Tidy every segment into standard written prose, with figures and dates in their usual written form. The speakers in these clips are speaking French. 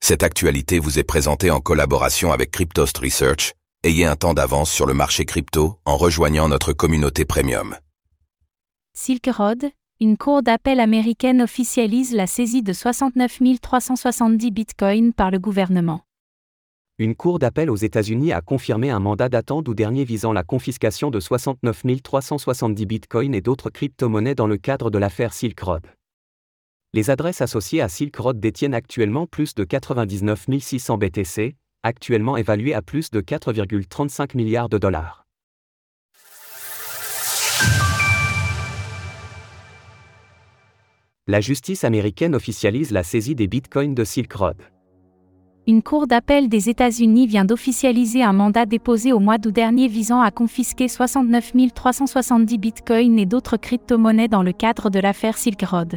Cette actualité vous est présentée en collaboration avec Cryptost Research. Ayez un temps d'avance sur le marché crypto en rejoignant notre communauté premium. Silk Road, une cour d'appel américaine officialise la saisie de 69 370 bitcoins par le gouvernement. Une cour d'appel aux États-Unis a confirmé un mandat datant d'août dernier visant la confiscation de 69 370 bitcoins et d'autres crypto-monnaies dans le cadre de l'affaire Silk Road. Les adresses associées à Silk Road détiennent actuellement plus de 99 600 BTC, actuellement évalués à plus de 4,35 milliards de dollars. La justice américaine officialise la saisie des bitcoins de Silk Road. Une cour d'appel des États-Unis vient d'officialiser un mandat déposé au mois d'août dernier visant à confisquer 69 370 bitcoins et d'autres crypto-monnaies dans le cadre de l'affaire Silk Road.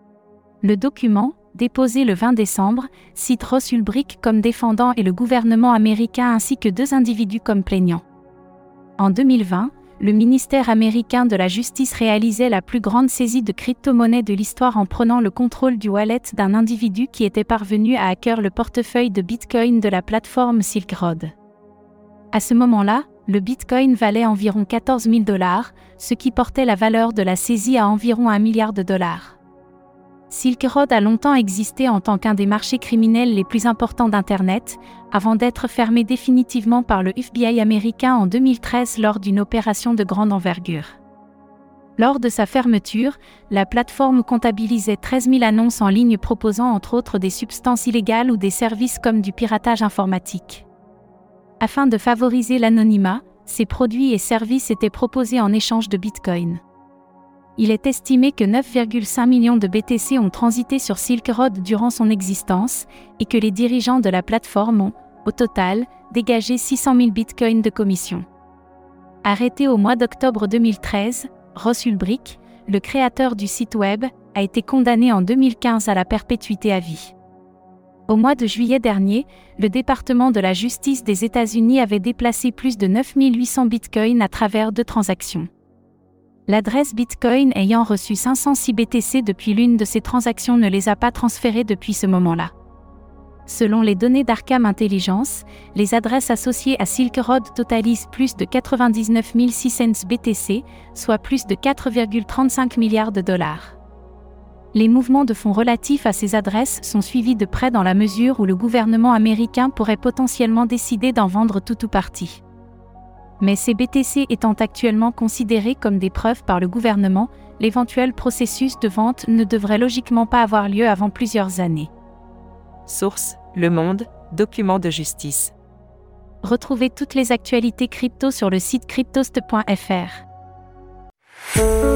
Le document, déposé le 20 décembre, cite Ross Ulbricht comme défendant et le gouvernement américain ainsi que 2 individus comme plaignants. En 2020, le ministère américain de la Justice réalisait la plus grande saisie de crypto-monnaies de l'histoire en prenant le contrôle du wallet d'un individu qui était parvenu à hacker le portefeuille de Bitcoin de la plateforme Silk Road. À ce moment-là, le Bitcoin valait environ 14 000 $, ce qui portait la valeur de la saisie à environ 1 milliard de dollars. Silk Road a longtemps existé en tant qu'un des marchés criminels les plus importants d'Internet, avant d'être fermé définitivement par le FBI américain en 2013 lors d'une opération de grande envergure. Lors de sa fermeture, la plateforme comptabilisait 13 000 annonces en ligne proposant entre autres des substances illégales ou des services comme du piratage informatique. Afin de favoriser l'anonymat, ces produits et services étaient proposés en échange de Bitcoin. Il est estimé que 9,5 millions de BTC ont transité sur Silk Road durant son existence, et que les dirigeants de la plateforme ont, au total, dégagé 600 000 bitcoins de commission. Arrêté au mois d'octobre 2013, Ross Ulbricht, le créateur du site web, a été condamné en 2015 à la perpétuité à vie. Au mois de juillet dernier, le département de la justice des États-Unis avait déplacé plus de 9 800 bitcoins à travers 2 transactions. L'adresse Bitcoin ayant reçu 506 BTC depuis l'une de ces transactions ne les a pas transférés depuis ce moment-là. Selon les données d'Arkham Intelligence, les adresses associées à Silk Road totalisent plus de 99 600 BTC, soit plus de 4,35 milliards de dollars. Les mouvements de fonds relatifs à ces adresses sont suivis de près dans la mesure où le gouvernement américain pourrait potentiellement décider d'en vendre tout ou partie. Mais ces BTC étant actuellement considérés comme des preuves par le gouvernement, l'éventuel processus de vente ne devrait logiquement pas avoir lieu avant plusieurs années. Source : Le Monde, document de justice. Retrouvez toutes les actualités crypto sur le site cryptost.fr.